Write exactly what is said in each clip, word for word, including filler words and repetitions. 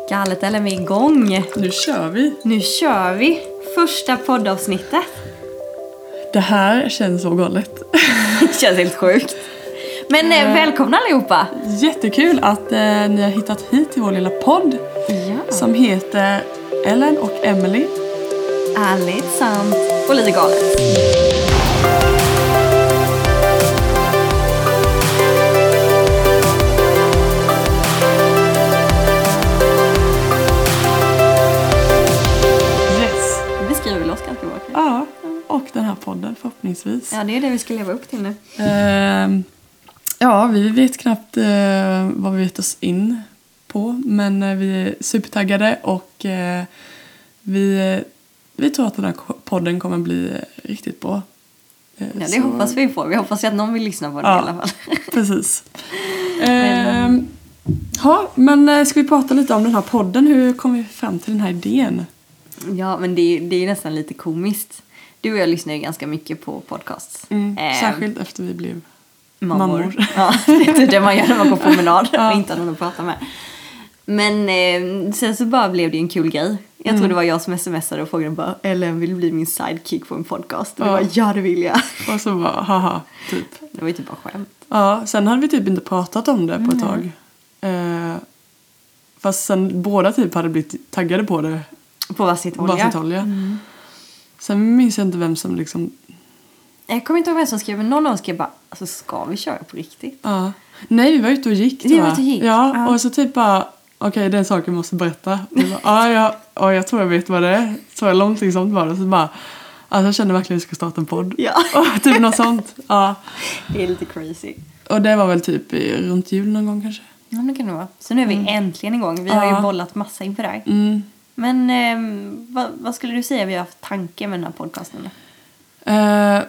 Galet eller med igång. Nu kör vi. Nu kör vi. Första poddavsnittet. Det här känns så galet. Det känns helt sjukt. Men eh, välkomna allihopa. Jättekul att eh, ni har hittat hit till vår lilla podd. Ja. Som heter Ellen och Emily. Ärligt, sant och lite galet. Yes. Det beskriver väl oss ganska bra. Ja, och den här podden förhoppningsvis. Ja, det är det vi ska leva upp till nu. Eh, ja, vi vet knappt eh, vad vi vet oss in på. Men eh, vi är supertaggade och eh, vi, vi tror att den här podden kommer bli riktigt bra. Eh, Ja, det så... hoppas vi på. Vi hoppas att någon vill lyssna på det ja, i alla fall. Precis. Eh, ja, men ska vi prata lite om den här podden? Hur kom vi fram till den här idén? Ja, men det är, det är nästan lite komiskt. Du och jag lyssnar ju ganska mycket på podcasts. Mm, eh, särskilt efter vi blev mammor. mammor. Ja, det är det man gör när man går promenad Ja. och inte har någon att prata med. Men eh, sen så bara blev det en kul grej. Jag mm. tror det var jag som smsade och frågade bara, Ellen vill bli min sidekick på en podcast. Och ja. jag bara, ja det vill jag. Och så bara, haha, typ. Det var ju typ bara skämt. Ja, sen hade vi typ inte pratat om det på ett Mm. tag. Eh, fast sen båda typ hade blivit taggade på det. På varsitt håll, Varsitt håll, ja. Mm. Sen minns jag inte vem som liksom... Jag kommer inte ihåg vem som skrev, men någon av oss skrev bara, alltså ska vi köra på riktigt? Ja. Nej, vi var ute och gick. Vi var ute och gick. Ja, Ja. och så typ bara, okej, okay, den saken måste berätta. Och bara, ah, ja, ja, jag tror jag vet vad det är. Så jag någonting sånt var det. Så bara, alltså jag kände verkligen att vi ska starta en podd. Ja. Och typ något sånt. Ja. Det är lite crazy. Och det var väl typ i, runt jul någon gång kanske. Ja, det kan det vara. Så nu är vi mm. äntligen igång. Vi har ja. ju bollat massa inför det här. Mm. Men eh, vad, vad skulle du säga vi har haft tanke med den här podcasten? Eh,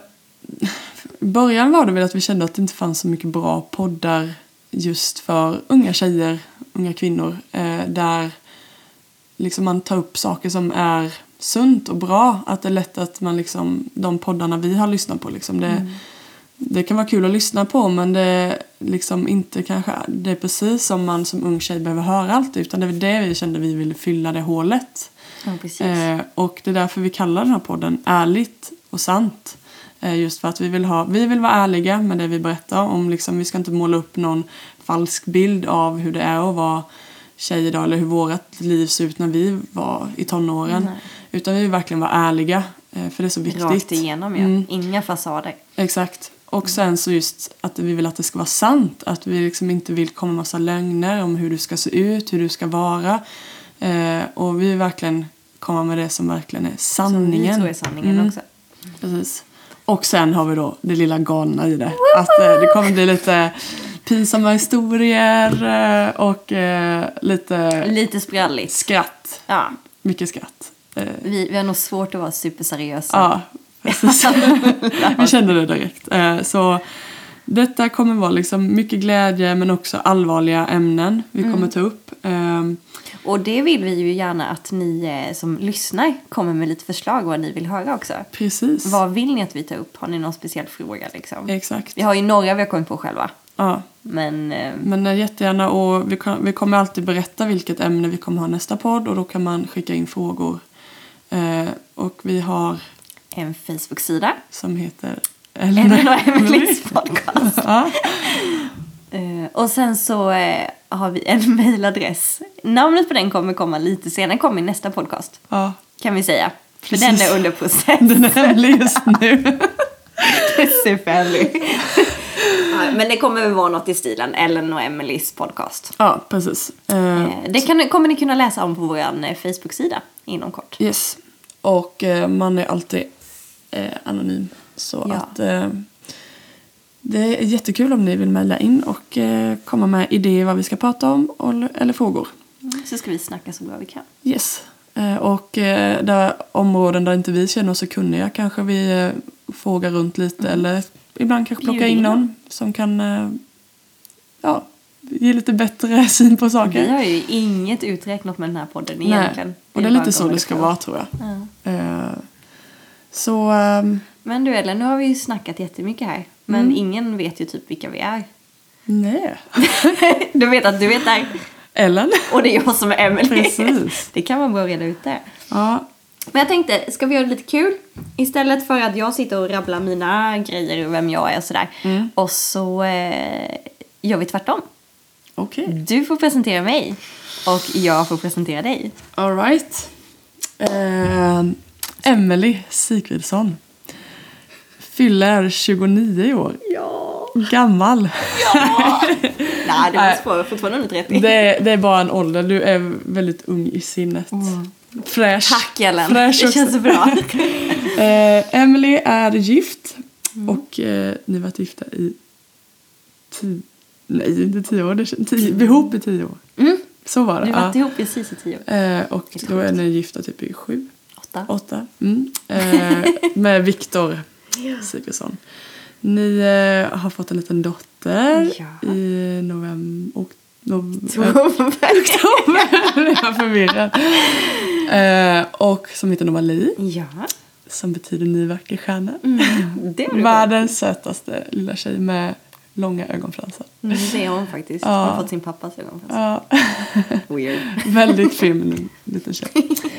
I början var det väl att vi kände att det inte fanns så mycket bra poddar just för unga tjejer, unga kvinnor. Eh, där liksom man tar upp saker som är sunt och bra. Att det är lätt att man liksom, de poddarna vi har lyssnat på liksom, det, mm. det kan vara kul att lyssna på, men det är liksom inte kanske det är precis som man som ung tjej behöver höra alltid, utan det är det vi kände vi ville fylla det hålet. Ja, precis. Eh, och det är därför vi kallar den här podden Ärligt och sant. Eh, just för att vi vill ha, vi vill vara ärliga med det vi berättar om. Liksom, vi ska inte måla upp någon falsk bild av hur det är att vara tjej idag, eller hur vårt liv ser ut när vi var i tonåren. Nej. Utan vi vill verkligen vara ärliga, eh, för det är så viktigt. Rakt igenom, ja. Mm. Inga fasader. Exakt. Och sen så just att vi vill att det ska vara sant. Att vi liksom inte vill komma massa lögner om hur du ska se ut, hur du ska vara. Eh, och vi vill verkligen komma med det som verkligen är sanningen. Som vi tror är sanningen mm. också. Precis. Och sen har vi då det lilla galna i det. Woho! Att eh, det kommer bli lite pinsamma historier eh, och eh, lite... Lite spralligt. Skratt. Ja. Mycket skratt. Eh. Vi, vi har nog svårt att vara superseriösa. Ja, precis. Vi kände det direkt. Eh, så detta kommer vara liksom mycket glädje, men också allvarliga ämnen vi kommer mm. ta upp. Eh, Och det vill vi ju gärna att ni eh, som lyssnar kommer med lite förslag vad ni vill höra också. Precis. Vad vill ni att vi tar upp? Har ni någon speciell fråga liksom? Exakt. Vi har ju några vi har kommit på själva. Ja. Men, eh, Men eh, jättegärna, och vi, kan, vi kommer alltid berätta vilket ämne vi kommer ha nästa podd, och då kan man skicka in frågor. Eh, och vi har en Facebook-sida som heter Ellen och Emelies podcast. Ja. Uh, och sen så uh, har vi en mailadress. Namnet på den kommer komma lite senare. Den kommer i nästa podcast. Ja. Kan vi säga. Precis. För den är under process. Den är hemlig just nu. Det är superhemlig. uh, men det kommer väl vara något i stilen Ellen och Emelies podcast. Ja, precis. Uh, uh, det kan, kommer ni kunna läsa om på vår uh, Facebook-sida inom kort. Yes. Och uh, man är alltid uh, anonym. Så ja. att... Uh, det är jättekul om ni vill mejla in och eh, komma med idéer vad vi ska prata om eller, eller frågor. Mm, så ska vi snacka så bra vi kan. Yes. Eh, och eh, där områden där inte vi känner oss så kunniga kanske vi eh, frågar runt lite. Mm. Eller ibland kanske plocka in någon som kan eh, ja, ge lite bättre syn på saker. Vi har ju inget uträknat med den här podden egentligen. Nej. Och det är lite så det ska vara, tror jag. Ja. Eh, så... Eh, Men du Ellen, nu har vi ju snackat jättemycket här. Men mm. ingen vet ju typ vilka vi är. Nej. Du vet att du vet där. Ellen. Och det är jag som är Emily. Precis. Det kan man bra reda ut där. Ja. Men jag tänkte, ska vi göra det lite kul? Istället för att jag sitter och rabblar mina grejer och vem jag är och sådär. Mm. Och så eh, gör vi tvärtom. Okej. Okay. Du får presentera mig. Och jag får presentera dig. All right. Eh, Emily Sigvidsson. Fyller tjugonio år. Ja. Gammal. Ja. Nej, det var fortfarande under trettio. Det, det är bara en ålder. Du är väldigt ung i sinnet. Mm. Fräsch. Tack, Ellen. Fräsch det känns så bra. eh, Emily är gift. Mm. Och eh, ni har varit gifta i tio... Nej, inte tio år. Det känns, tio, vi ihop i tio år. Mm. Så var det. Du har varit ja. ihop precis i tio år. Eh, och då är ni gifta typ i sju. Åtta. Åtta. Mm. Eh, med Viktor Sigvidsson. Ni eh, har fått en liten dotter ja. i november. Och, november. Oktober. Jag är förvirrad. Eh, och som heter Novali. Ja. Som betyder ny vacker stjärna. Mm, det är världens sötaste lilla tjej med långa ögonfransar. Mm, det är hon faktiskt. Ja. Hon har fått sin pappas ögonfransar. Ja. Weird. Väldigt feminin liten tjej.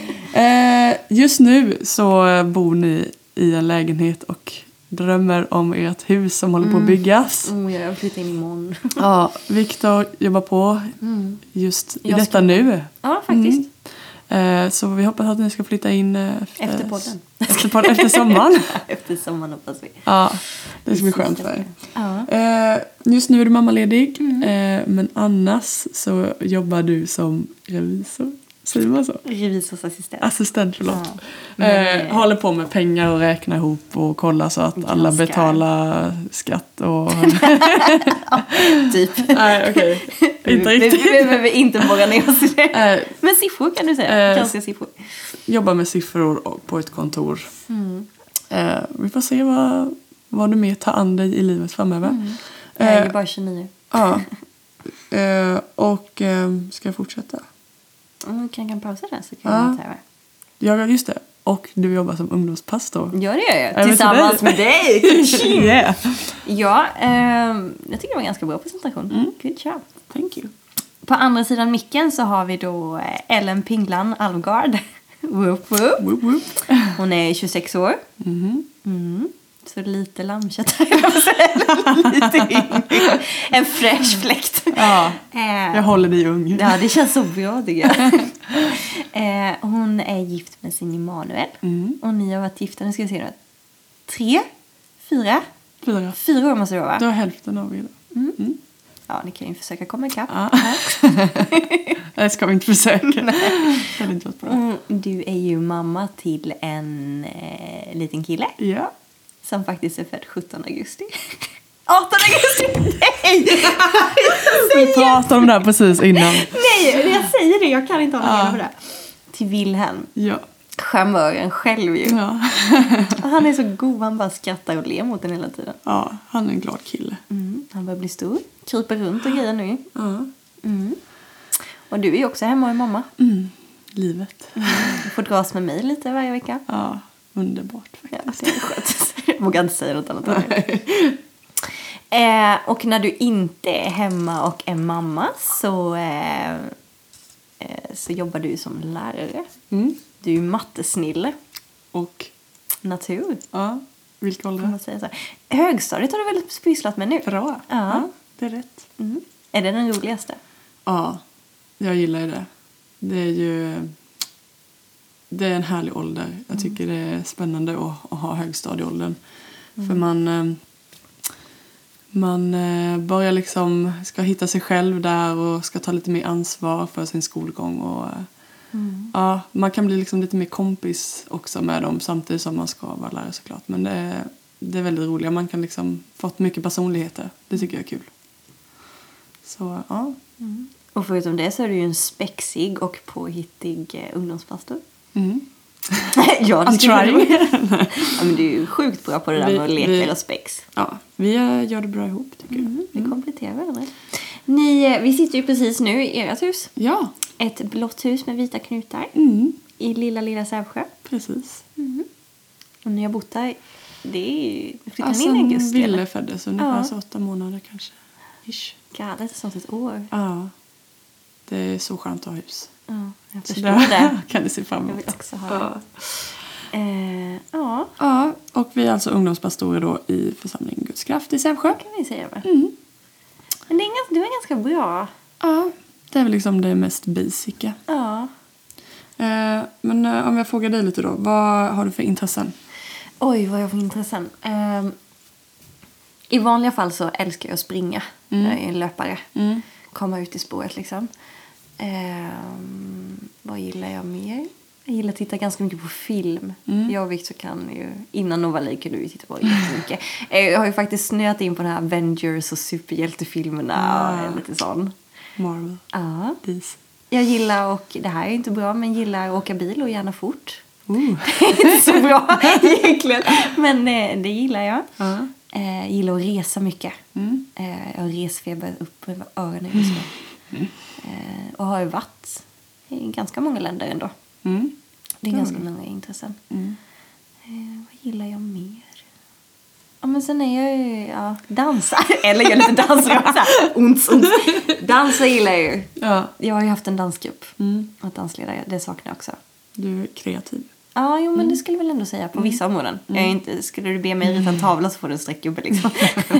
Eh, just nu så bor ni i en lägenhet och drömmer om ert hus som håller på att byggas. Mm, jag flyttar in imorgon. Ja, Viktor jobbar på mm. just i jag detta ska... nu. Ja, faktiskt. Mm. Eh, så vi hoppas att ni ska flytta in efter, efter podden. Efter, podden, efter sommaren. Efter sommaren hoppas vi. Ja, det ska bli skönt för er. Ja. Eh, just nu är du mammaledig. Mm. Eh, men annars så jobbar du som revisor. Säger man så? Revisorsassistent. Assistent, förlåt. Ja. Men... Eh, håller på med pengar och räknar ihop och kollar så att Ganska. alla betalar skatt och... ja, typ. Nej, okej. Okay. Inte riktigt. Vi behöver inte borra ner oss i det. Eh, men siffror kan du säga. Eh, Ganska siffror. Jobbar med siffror på ett kontor. Mm. Eh, vi får se vad, vad du mer tar an dig i livet framöver. Mm. Jag är ju bara tjugonio. Ja. Eh, och eh, ska jag fortsätta? Mm, kan jag pausa där så kan ja. jag ta över. Ja, just det. Och du jobbar som ungdomspastor. Ja, det gör jag. jag Tillsammans med dig. yeah. Ja, eh, jag tycker det var en ganska bra presentation. Mm. Good job. Thank you. På andra sidan micken så har vi då Ellen Pinglan Alvgard. Whoop, whoop. Whoop, whoop. Hon är tjugosex år. Mm. Mm. Så lite lammkött lite yngre. En fräsch fläkt. Ja, jag håller dig ung. Ja, det känns så bra tycker jag. eh, hon är gift med sin Emanuel. Mm. Och ni har varit gifta, nu ska vi se det. Tre? Fyra? Fyra. Fyra år måste det vara. Du har hälften av er. Mm. Mm. Ja, ni kan ju försöka komma ikapp. Ja. Det ska vi inte försöka. Det hade inte varit bra. Mm, du är ju mamma till en eh, liten kille. Ja. Som faktiskt är född sjuttonde augusti. artonde augusti! Nej! Vi pratade om det här precis innan. Nej, jag säger det. Jag kan inte hålla med på det. Till Wilhelm. Ja. Charmören själv ju. Ja. Han är så god. Han bara skrattar och ler mot den hela tiden. Ja, han är en glad kille. Mm, han börjar bli stor. Kryper runt och grejer nu. Ja. Mm. Och du är ju också hemma och är mamma. Mm. Livet. Mm. Du får dras med mig lite varje vecka. Ja, underbart faktiskt. Ja, det är skönt. Jag vågar inte säga något annat. eh, och när du inte är hemma och är mamma så, eh, eh, så jobbar du som lärare. Mm. Du är mattesnille. Och? Natur. Ja, vilka åldrar? Man säga så. Högstadiet har du väl pysslat med nu? Bra. Ja, ja det är rätt. Mm. Är det den roligaste? Ja, jag gillar det. Det är ju... Det är en härlig ålder. Jag tycker mm. det är spännande att, att ha högstadieåldern. Mm. För man... Man börjar liksom... Ska hitta sig själv där och ska ta lite mer ansvar för sin skolgång. Och, mm. ja, man kan bli liksom lite mer kompis också med dem samtidigt som man ska vara lärare såklart. Men det är, det är väldigt roligt. Man kan liksom få mycket personligheter. Det tycker jag är kul. Så, ja. Mm. Och förutom det så är du ju en spexig och påhittig eh, ungdomspastor. Mm. Ja, det I'm trying. Ja, men du är ju sjukt bra på det där vi, med att leka vi, och spex. Ja, vi gör det bra ihop tycker jag. Mm, vi kompletterar varandra. Ni, vi sitter ju precis nu i ert hus. Ja. Ett blått hus med vita knutar. Mm. I lilla, lilla Sävsjö. Precis. Mm. Och ni har bott där, det är ju... Alltså, in i augusti, Ville föddes ungefär ja. så åtta månader kanske. Ish. Galet, sånt ett år. Ja. Det är så skönt att ha hus. Ja, jag så förstår det. kan det se fram emot. Jag vill också ha det. Eh, ja. Ja, och vi är alltså ungdomspastorer då i församling Guds kraft i Sävsjö. Det kan vi säga va? Mm. Men det, är ganska, det var ganska bra. Ja, det är väl liksom det mest basica. Ja. Eh, men eh, om jag frågar dig lite då, vad har du för intressen? Oj, vad jag har för intressen. Eh, I vanliga fall så älskar jag att springa. Mm. Jag är en löpare. Mm. Komma ut i spåret liksom. Eh, vad gillar jag mer? Jag gillar att titta ganska mycket på film. Mm. Jag och Victor kan ju, innan Nova Lake kunde vi titta på jättemycket. Jag har ju faktiskt snöat in på den här Avengers och superhjältefilmerna Ah. och lite sån. Marvel. Ja. D C. Jag gillar, och det här är inte bra, men gillar att åka bil och gärna fort. Uh. Det är inte så bra egentligen, men det, det gillar jag. Uh. Eh, gillar att resa mycket. Mm. Eh, jag har resfeber upp över öronen just nu. Mm. Eh, och har ju varit i ganska många länder ändå. Mm. Det är Mm. ganska många intressen. Mm. Eh, vad gillar jag mer? Ja, men sen är jag ju, ja, dansar. Eller jag är lite dansare också. Ont, ont. Dansa gillar jag ju. Ja. Jag har ju haft en dansgrupp. Mm. Att dansleda, det saknar jag också. Du är kreativ. Ja, jo, men Mm. det skulle jag väl ändå säga på Mm. vissa områden. Mm. Jag är inte, skulle du be mig rita en tavla så får du en streckgubbe liksom.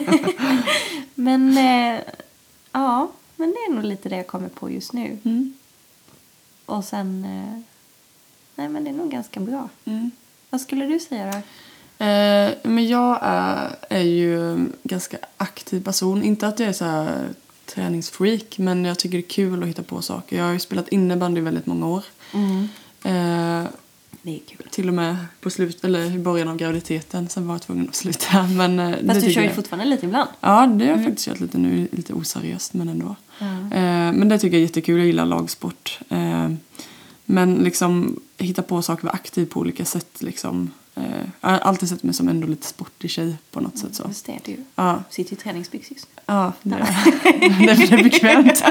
men, eh, ja, men det är nog lite det jag kommer på just nu. Mm. Och sen, eh, nej men det är nog ganska bra. Mm. Vad skulle du säga då? Eh, men jag är, är ju en ganska aktiv person. Inte att jag är så här träningsfreak, men jag tycker det är kul att hitta på saker. Jag har ju spelat innebandy i väldigt många år. Mm. Eh, Det är kul. till och med på slut, eller i början av graviditeten. Sen var jag tvungen att sluta. Men, eh, det Fast du tycker kör ju jag- fortfarande lite ibland. Ja, det har jag Mm. faktiskt kört lite nu. Lite oseriöst, men ändå. Ja. Eh, men det tycker jag är jättekul. Jag gillar lagsport. Eh, men liksom hitta på saker, vara aktiv på olika sätt. Liksom. Eh, jag har alltid sett mig som ändå lite sportig tjej på något sätt. Så. Just det, du Ja, sitter ju i träningsbyxor just nu. ja det, det, det är bekvämt.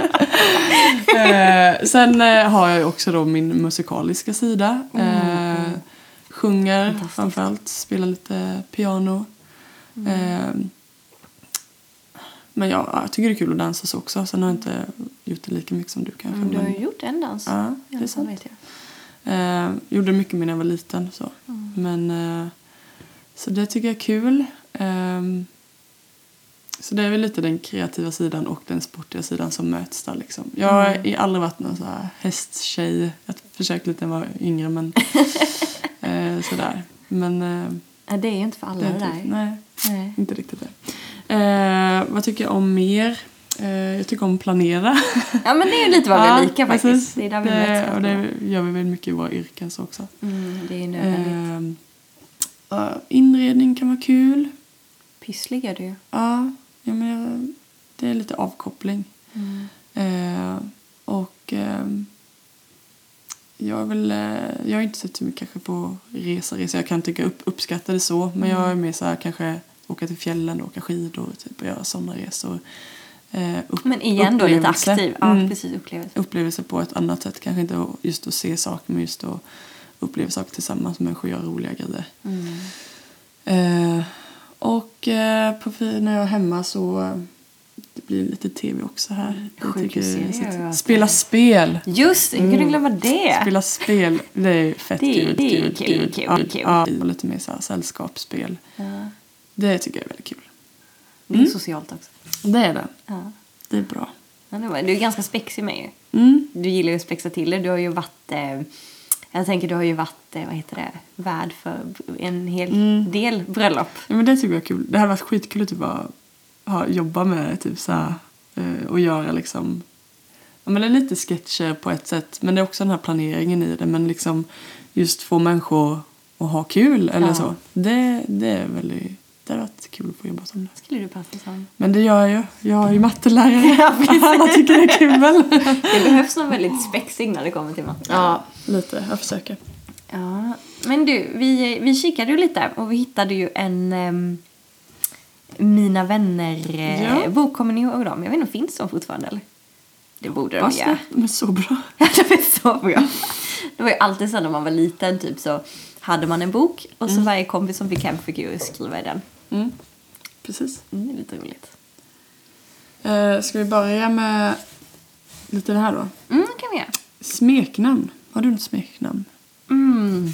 eh, sen eh, har jag ju också då min musikaliska sida. Eh, Mm. Sjunger Fantastiskt. framförallt. Spelar lite piano. Mm. Eh, men ja, jag tycker det är kul att dansa så också. Sen har jag inte gjort det lika mycket som du kanske. Mm, du har men, ju gjort en dans. ja, det Ja, är så sant. vet jag. Eh, gjorde mycket när jag var liten. Så, Mm. men, eh, så det tycker jag är kul. Eh, så det är väl lite den kreativa sidan och den sportiga sidan som möts där. Liksom. Jag har Mm. aldrig varit någon så här hästtjej. Jag försökte lite när jag var yngre. Men, eh, sådär. Men eh, Ja, det är ju inte för alla det det, är där. inte, nej, Nej. inte riktigt det. Eh, vad tycker jag om mer? Eh, jag tycker om planera. Ja, men det är ju lite vad vi är lika faktiskt. precis. Det är där vi det, möts. och det gör vi väl mycket i våra yrken så också. Mm, det är ju nödvändigt. Eh, ja, inredning kan vara kul. Pysslig är du ju. Ja, ja men jag, det är lite avkoppling. Mm. Eh, och eh, jag, är väl, eh, jag har inte sett så mycket kanske på resa, resa. Jag kan tycka upp, uppskatta det så. Men jag är mer så här kanske åka till fjällen, åka skidor typ, och göra sådana resor. Eh, upp, Men igen då lite upplevelse. aktiv. Ja, Mm. precis. Upplevelse. Upplevelse på ett annat sätt. Kanske inte just att se saker, men just att uppleva saker tillsammans med människor och göra roliga grejer. Mm. Eh, och eh, på fri, när jag är hemma så eh, det blir lite tv också här. Jag Sjuka tycker- serier, så att- ja. Spela spel! Just det, hur kan du glömma det? Spela spel, det är fett Det- kul. det är kul, kul, kul. kul, Ja, kul. ja, och lite mer så här sällskapsspel. Ja. Det tycker jag är väldigt kul. Det är Mm. socialt också. Det är det. Ja. Det är bra. Ja, det var- du är ganska spexig med ju. Mm. Du gillar ju att spexa till det. Du har ju varit... Eh, jag tänker du har ju varit, eh, vad heter det, värd för en hel Mm. del bröllop. Ja, men det tycker jag är kul. Det hade varit skitkul att typ bara ha, jobba med det, typ så här, eh, och göra liksom, ja, men det är lite sketcher på ett sätt, men det är också den här planeringen i det, men liksom just få människor att ha kul eller Ja. så. Det, det är väldigt, det har varit kul att få jobba som det. Skulle du passa som? Men det gör jag ju. Jag är ju mattelärare. Ja, precis. Alla tycker det är kul väl? Det behövs någon väldigt spexig när det kommer till matte. Ja, lite. Jag försöker. Ja, men du, vi, vi kikade ju lite och vi hittade ju en um, Mina vänner eh, Ja. bok. Kommer ni ihåg dem? Jag vet inte, finns de fortfarande eller? Det borde de Fast göra. det, men så bra. Ja, de är så bra. Det var ju alltid så när man var liten typ så hade man en bok och så Mm. varje kompis som fick hem fick ju skriva i den. Mm. Precis. Mm, det är lite roligt. Eh, ska vi börja med lite det här då. Mm, kan vi göra. Smeknamn. Har du något smeknamn? Mm.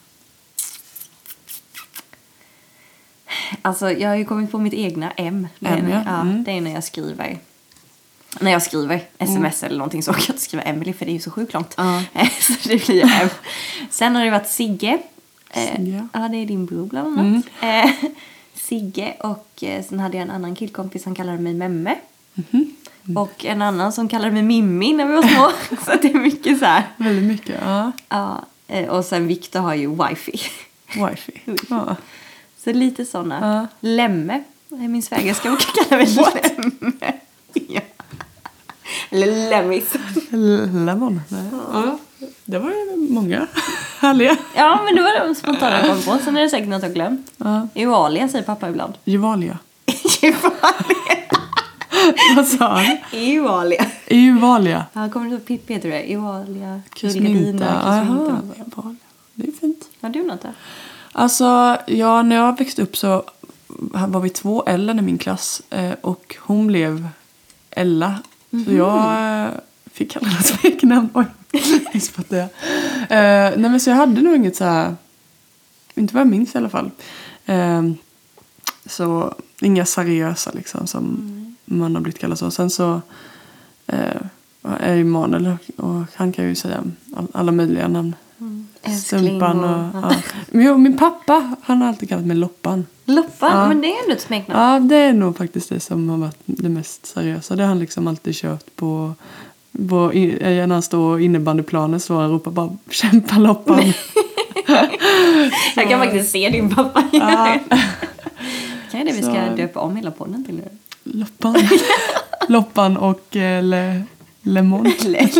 Alltså, jag har ju kommit på mitt egna M. Det är, M, ja. ja, Mm. det är när jag skriver. När jag skriver sms mm. eller någonting så kan jag inte skriva Emily för det är ju så sjukt långt. Uh. Så det blir M. Sen har det varit Sigge. Sigge. Eh, ja, det är din bror bland annat. Mm. Eh, Sigge och eh, sen hade jag en annan killkompis som kallade mig Memme. Mm-hmm. Mm. Och en annan som kallade mig Mimmi när vi var små. Så det är mycket så här. Väldigt mycket, ja. Ja, eh, och sen Victor har ju wifi. Wifi. Ja. Så lite sådana. Uh. Lemme. Min svägerska brukar kalla mig Lemme. Ja. Eller Lemmis. Lemon. Nej. Ja. Det var ju många härliga. Ja, men det var de spontana jag kom på. Sen är det säkert något jag glömt. Ja. Evalia säger pappa ibland. Evalia. Evalia. Vad sa han? Evalia. Evalia. Ja, kommer du ihåg Pippi heter det? Evalia. Kusminta. Aha. Det är fint. Har du något där? Alltså, ja, när jag växte upp så var vi två Ellen i min klass. Och hon blev Ella. Mm-hmm. Så jag fick kalla det smeknamn. Oj, jag spottar jag. Uh, nej men så jag hade nog inget så här. Inte vad jag minns i alla fall. Uh, så inga seriösa liksom som mm. man har blivit kallad så. Sen så uh, är ju Manuel och han kan ju säga all, alla möjliga namn. Mm. Sumpan och, och ja. Men jo, min pappa, han har alltid kallat mig Loppan. Loppan? Ja. Men det är ändå ett smeknamn. Ja, det är nog faktiskt det som har varit det mest seriösa. Det har han liksom alltid kört på, på när han står innebandyplanen så han ropar bara kämpa Loppan. Jag kan faktiskt se din pappa. Ja. Kan är det vi ska så. Döpa om hela podden till nu? Loppan. Loppan och eh, le, Lemon.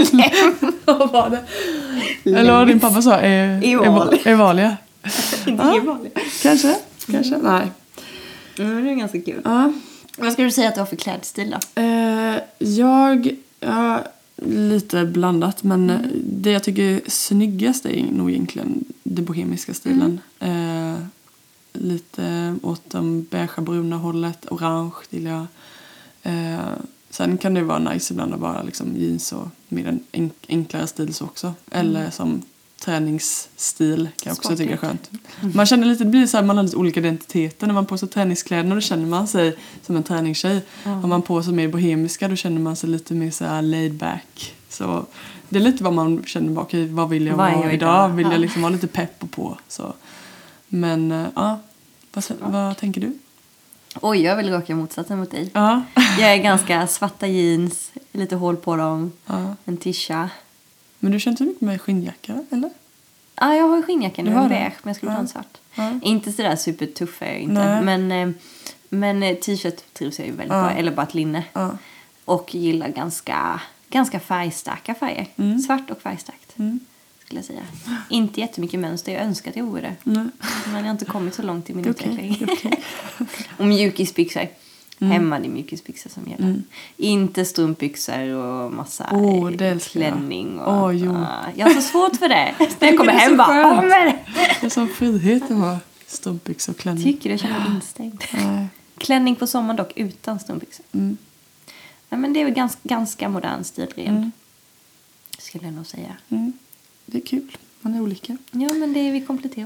Vad var det? Eller vad din pappa sa? E- Evalia. Evalia. Inte ja. Evalia. Kanske. Kanske. Mm. Nej. Mm, det är ganska kul. Ja. Vad ska du säga att du har för klädstil då? Eh, jag... Ja, lite blandat. Men mm. det jag tycker är snyggast är nog egentligen den bohemiska stilen. Mm. Eh, lite åt de beige bruna hållet. Orange till jag. Eh, sen kan det vara nice ibland att vara liksom jeans och med en enk- enklare stil så också. Eller mm. som träningsstil kan jag också Sportigt. Tycka är skönt. Mm. Man känner lite, det blir så här, man har lite olika identiteter. När man på sig träningskläder då känner man sig som en träningstjej. Mm. Om man på sig mer bohemiska då känner man sig lite mer så här laid back. Så det är lite vad man känner, okej, vad vill jag vara idag? idag? Vill ja. Jag liksom vara lite pepp och på. Så. Men ja, vad, vad tänker du? Oj, jag vill raka motsatsen mot dig. Ja. Jag är ganska svarta jeans, lite hål på dem, ja. En tisha. Men du känner inte mycket med skinnjacka, eller? Ja, jag har skinnjacka nu, en beige, men jag skulle ja. ha en svart. Ja. Inte sådär supertuff är jag inte. Men, men t-shirt trivs jag ju väldigt ja. Bra, eller bara ett linne. Ja. Och gillar ganska, ganska färgstarka färger. Mm. Svart och färgstarkt. Mm. Skulle jag säga. Inte jättemycket mönster, jag önskar att jag vore det. Nej. Men jag har inte kommit så långt i min okay. utveckling. Okay. Och mjukisbyxor. Mm. Hemma det är mjukisbyxor som gäller. Mm. Inte strumpbyxor och massa oh, klänning. Och, oh, jo. uh, jag har så svårt för det. När jag kommer hem bara, åh men det. Det är som friheten var strumpbyxor och klänning. Tycker du, jag känner mig instängd. Nej. Klänning på sommaren dock utan strumpbyxor. Mm. Ja, men det är väl ganska, ganska modern stilren. Mm. Skulle jag nog säga. Mm. Det är kul. Man är olika. Ja, men det är vi kompletterar.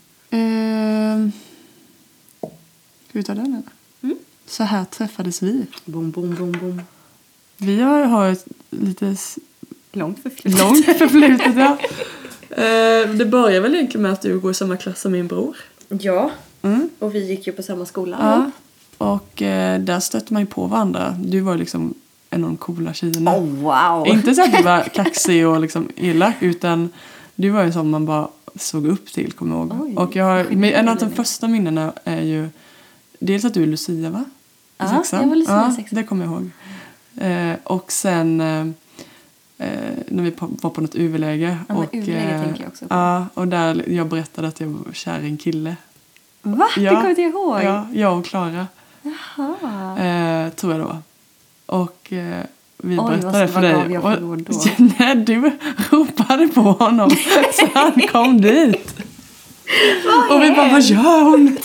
Uh, ska vi ta den eller? Mm. Så här träffades vi. Bom, bom, bom, bom. Vi har, har ett lite... Långt förflutet. Långt förflutet, ja. uh, det börjar väl egentligen med att du går i samma klass som min bror. Ja. Mm. Och vi gick ju på samma skola. Ja. Och uh, där stötte man ju på varandra. Du var liksom en av de coola tjejerna. Oh, wow. Inte så att du var kaxig och liksom elak, utan du var ju som man bara såg upp till, kommer jag ihåg. Oj, och jag har, en av de första minnena är ju dels att du är Lucia, va? Ja, jag var Lucia ja, sexan. Det kommer jag ihåg. Eh, och sen eh, när vi var på något U V-läge. Ja, och, U V-läge eh, tänker jag också på. Ja, och där jag berättade att jag var kär i en kille. Va? Ja, det kommer jag inte ihåg. Ja, jag och Klara. Jaha. Eh, tror jag det var. Och eh, vi Oj, berättade vad, för vad dig. Gav jag för och, då? när du ropade på honom så han kom dit. Och vi bara, vad gör hon?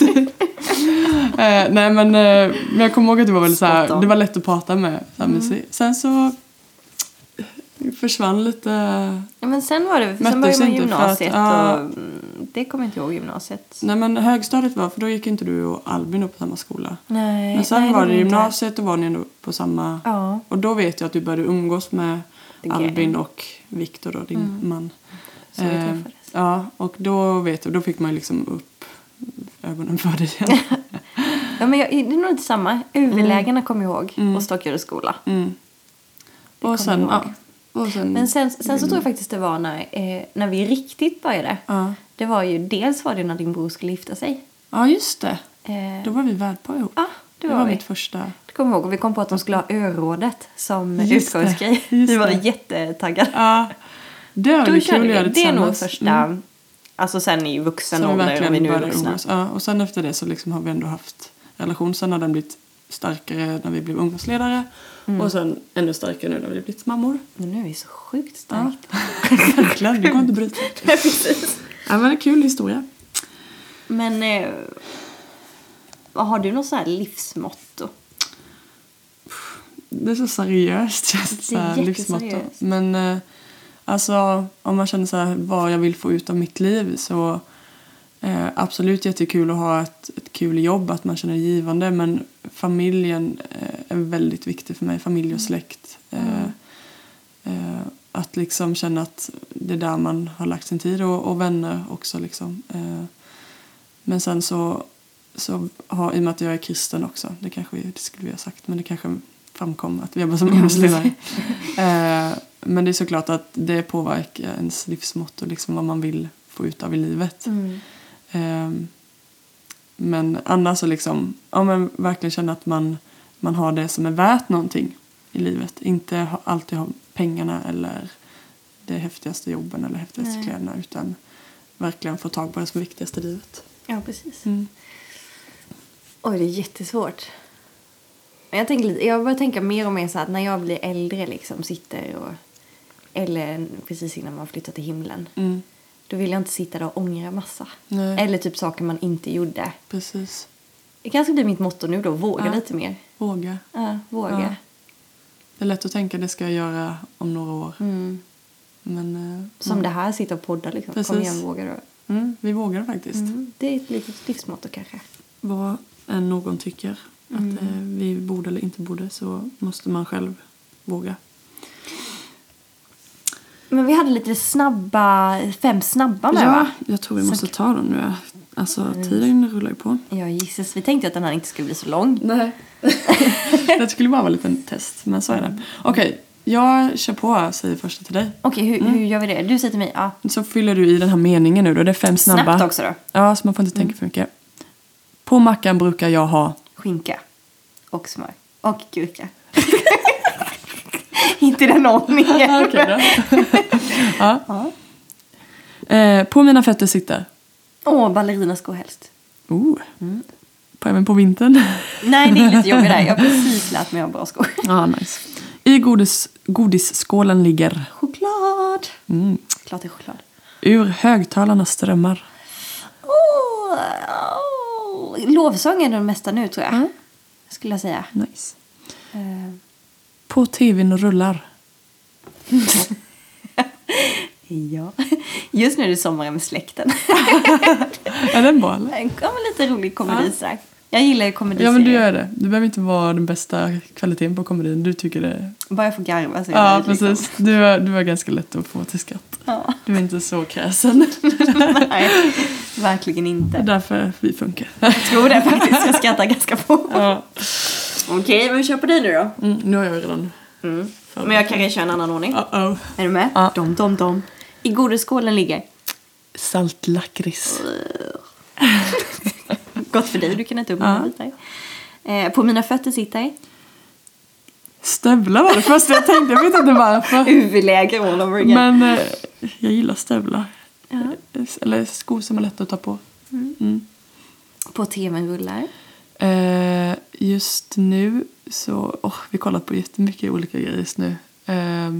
eh, nej men, eh, men jag kommer ihåg att det var väldigt så här, det var lätt att prata med. Så här, mm. Sen så försvann lite. Ja, men sen var det, sen började man gymnasiet att, ja, och det kommer inte ihåg gymnasiet. Nej, men högstadiet var, för då gick inte du och Albin på samma skola. Nej. Men sen nej, var det gymnasiet inte. och var ni ändå på samma. Ja. Och då vet jag att du började umgås med Albin och Viktor och din mm. man. Så vi träffades. Ja, och då vet jag, då fick man liksom upp ögonen för det igen. Ja, men jag, det är nog inte samma. Överlägena mm. kommer jag ihåg. Mm. Och Stockholms skola. Mm. Och, sen, ja, och sen... Men sen, sen så tror jag faktiskt det var när, eh, när vi riktigt började. Ja. Det var ju, dels var det när din bror skulle gifta sig. Ja, just det. Eh, då var vi värdpar ihop. Ja, det var, det var vi. mitt första... Det kommer jag ihåg. Och vi kom på att de skulle ha örådet som Just utgångsgrej. Vi var jättetaggade. Ja, det var det kul att göra det. Det är nog första... Mm. Alltså sen i vuxen ålder och vi nu är vuxna. Ja, och sen efter det så liksom har vi ändå haft relation. Sen har den blivit starkare när vi blev ungdomsledare. Mm. Och sen ännu starkare nu när vi blivit mammor. Men nu är vi så sjukt starkt. Ja. Verkligen, det går inte att bryta. Precis. Ja, men det är kul historia. Men eh, har du något så här livsmotto? Det är så seriöst. Just det är livsmotto. Men eh, alltså om man känner så här, vad jag vill få ut av mitt liv så eh, absolut jättekul att ha ett, ett kul jobb, att man känner givande, men familjen eh, är väldigt viktig för mig, familj och släkt. Mm. Eh, eh, att liksom känna att det är där man har lagt sin tid och, och vänner också liksom. Eh, men sen så, så har, i och med att jag är kristen också, det kanske vi, det skulle vi ha sagt, men det kanske framkom att vi jobbar som ungdomsledare. eh, men det är såklart att det påverkar ens livsmått och liksom vad man vill få ut av i livet. Mm. Eh, men annars så liksom, ja, men verkligen känna att man, man har det som är värt någonting i livet. Inte ha, alltid ha pengarna eller det häftigaste jobben eller häftigaste Nej. kläderna, utan verkligen få tag på det som är viktigast i livet. Ja, precis. Mm. Oj, det är jättesvårt. Jag, tänker lite, jag börjar tänka mer och mer så att när jag blir äldre liksom sitter och, eller precis innan man flyttar till himlen, mm. då vill jag inte sitta där och ångra massa. Nej. Eller typ saker man inte gjorde. Precis. Det kanske blir mitt motto nu då, våga ja. lite mer. Våga. Ja, våga. Ja. Det är lätt att tänka det ska jag göra om några år. Mm. Men, eh, Som ja. det här, sitta och podda liksom. Precis. Kom igen, våga då. Mm, vi vågar faktiskt. Mm. Det är ett litet livsmotto kanske. Vad än någon tycker mm. att eh, vi borde eller inte borde, så måste man själv våga. Men vi hade lite snabba, fem snabba med, ja, va? Jag tror vi måste ta dem nu. Alltså, mm. tiden rullar ju på. Ja, gissas. Vi tänkte att den här inte skulle bli så lång. Nej. Det skulle bara vara en liten test, men så är det. Okej, okay, jag kör på, säger första till dig. Okej, okay, hur, mm. hur gör vi det? Du säger till mig, ja. Så fyller du i den här meningen nu då. Det är fem snabba. Snabbt också då. Ja, så man får inte tänka för mycket. På mackan brukar jag ha skinka och smör och gurka. Inte den ordningen. Okej då. Ja. Ja. Eh, på mina fötter sitter. Åh, oh, ballerinaskor helst. Oh. Mm. På, även på vintern. Nej, det är lite jobbigt där. Jag har precis lärt mig om bra skor. Ja, nice. I godis, godisskålen ligger choklad. Mm. Klart det är choklad. Ur högtalarna strömmar. Oh, oh. Lovsång är det mesta nu, tror jag. Mm. Skulle jag säga. Nice. Uh. På tvn rullar. Ja. Just nu är det sommar med släkten. Är den bra, eller? En lite rolig komedi. Ja. Jag gillar ju komedi. Ja, men du gör det. Du behöver inte vara den bästa kvaliteten på komedin. Du tycker det. Bara jag får garva. Så ja, jag precis. Liksom. Du, är, du är ganska lätt att få till skratt. Ja. Du är inte så kräsen. Nej, verkligen inte. Det är därför vi funkar. Jag tror det faktiskt. Jag skrattar ganska på. Ja. Okej, okay, men vi kör på dig nu då. Mm, nu har jag redan. Mm. Men jag kan köra en annan ordning. Uh-oh. Är du med? Ja. Dom, dom, dom. I godisskålen ligger saltlakrits. Gott för dig, du kan inte upp mina bitar. Eh, på mina fötter sitter stövlar var det första jag tänkte. Jag vet inte varför. Huvudläge all over again. Men eh, jag gillar stövlar. Ja. Eller skor som är lätt att ta på. Mm. Mm. På tvn rullar. Eh, just nu så... Oh, vi kollar på jättemycket olika grejer just nu. Eh,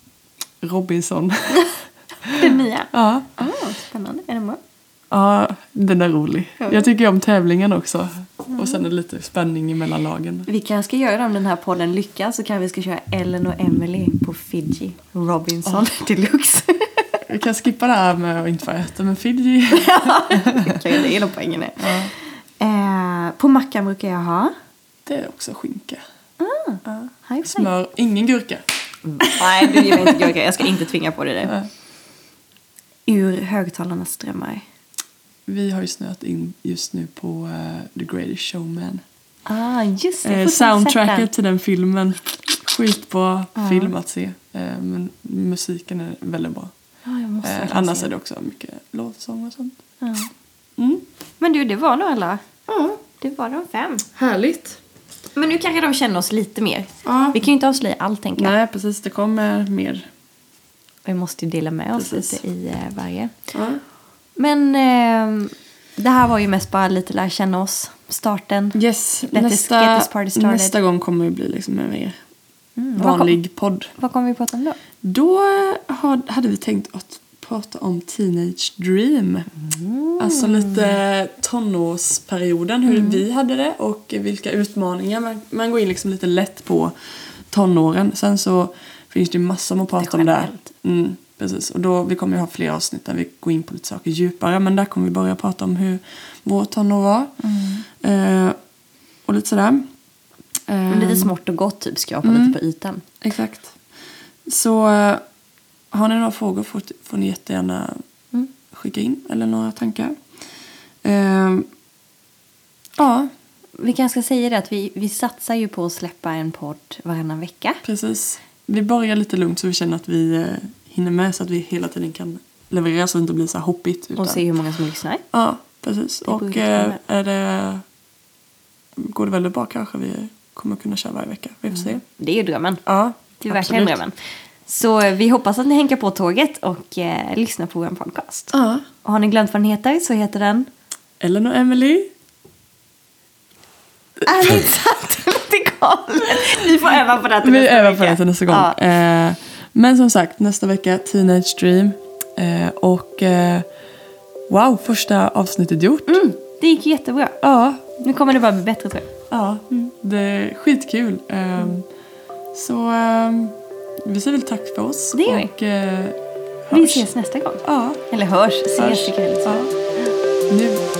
Robinson. Den nya? Ja. Oh, spännande. Är den bra? Ja, Den är rolig. Jag tycker om tävlingen också. Mm. Och sen är det lite spänning mellan lagen. Vi kanske ska göra om den här podden lyckas så kan vi ska köra Ellen och Emily på Fiji. Robinson oh. Deluxe. Vi kan skippa det här med att inte få äta med Fiji. Ja, det är hela poängen. Ja. Eh, på mackan brukar jag ha. Det är också skinka. Ah, ja. Smör, ingen gurka. Mm. Nej, du gillar inte gurka. Jag ska inte tvinga på dig det. Ja. Ur högtalarnas strömmar. Vi har ju snöat in just nu på uh, The Greatest Showman. Ah, just det. Eh, soundtracket till den filmen. Skitbra ah. film att se. Eh, men musiken är väldigt bra. Ah, jag måste eh, annars se. Är det också mycket låtsång och sånt. Ah. Mm. Men du, det var nog alla. Ja. Ah. Det var de fem. Härligt. Men nu kanske de känner oss lite mer. Ah. Vi kan ju inte avslöja allt, tänker jag. Nej, precis. Det kommer mer. Vi måste ju dela med oss precis. Lite i eh, varje. Ah. Men eh, det här var ju mest bara lite lära känna oss. Starten. Yes. Let nästa, us get this party started. Nästa gång kommer det bli liksom en mer mm. vanlig vad podd. Vad kommer vi prata om då? Då hade vi tänkt att prata om Teenage Dream. Mm. Alltså lite tonårsperioden. Hur mm. vi hade det. Och vilka utmaningar. Man, man går in liksom lite lätt på tonåren. Sen så finns det ju massor att prata om där. Mm. Precis, och då, vi kommer ju ha fler avsnitt där vi går in på lite saker djupare. Men där kommer vi börja prata om hur vår tonår var. Mm. Eh, och lite sådär. Eh, lite smått och gott, typ skrapa mm. lite på ytan. Exakt. Så eh, har ni några frågor får, får ni jättegärna mm. skicka in. Eller några tankar. Eh, ja. Vi kanske ska säga det att vi, vi satsar ju på att släppa en podd varannan vecka. Precis. Vi börjar lite lugnt så vi känner att vi eh, hinner med så att vi hela tiden kan leverera så att det inte blir så här hoppigt. Utan... Och se hur många som lyssnar. Ja, precis. Det och eh, är det, går det väldigt bra kanske vi kommer kunna köra varje vecka. Vi får mm. se. Det är ju drömmen. Ja, det är verkligen drömmen. Så vi hoppas att ni hänger på tåget och eh, lyssnar på vår podcast. Ja. Och har ni glömt vad den heter så heter den... Ellen och Emily. Ärligt sagt, lite galet. Vi får öva på det till vi nästa övar vecka. på det till nästa gång. Ja. Eh, men som sagt, nästa vecka Teenage Dream. Eh, och eh, wow, första avsnittet gjort. Mm, det gick jättebra. Ja. Nu kommer det bara bli bättre, tror jag. Ja, mm. det är skitkul. Eh, mm. Så eh, vi säger väl tack för oss. Det gör vi. Och, eh, vi ses nästa gång. Ja. Eller hörs. Ses, hörs. tycker jag. Ja. Nu.